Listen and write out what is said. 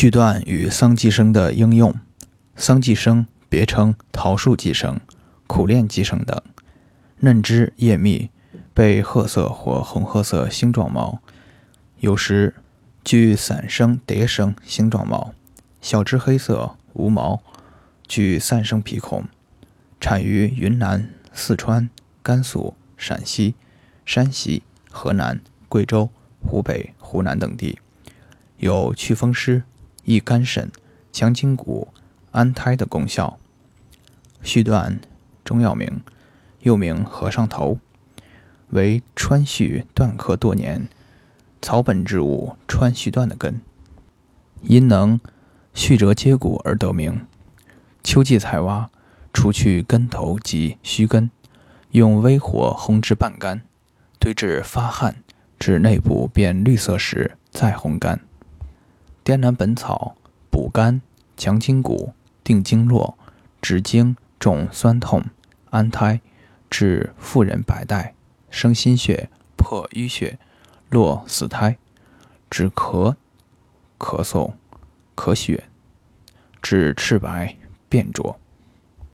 续断与桑寄生的应用。桑寄生别称桃树寄生、苦楝寄生等，嫩枝叶密，被褐色或红褐色星状毛，有时具散生蝶生星状毛，小枝黑色无毛，具散生皮孔，产于云南、四川、甘肃、陕西、山西、河南、贵州、湖北、湖南等地，有祛风湿、益肝肾、强筋骨、安胎的功效。续断中药名，又名和尚头，为川续断壳多年草本植物川续断的根，因能续折接骨而得名。秋季采挖，除去根头及须根，用微火烘至半干，堆至发汗，至内部变绿色时再烘干。滇南本草补肝、强筋骨、定经络、止经、重酸痛、安胎，治妇人白带、生心血、破淤血、落死胎，止咳、咳嗽、咳血，治赤白、便浊。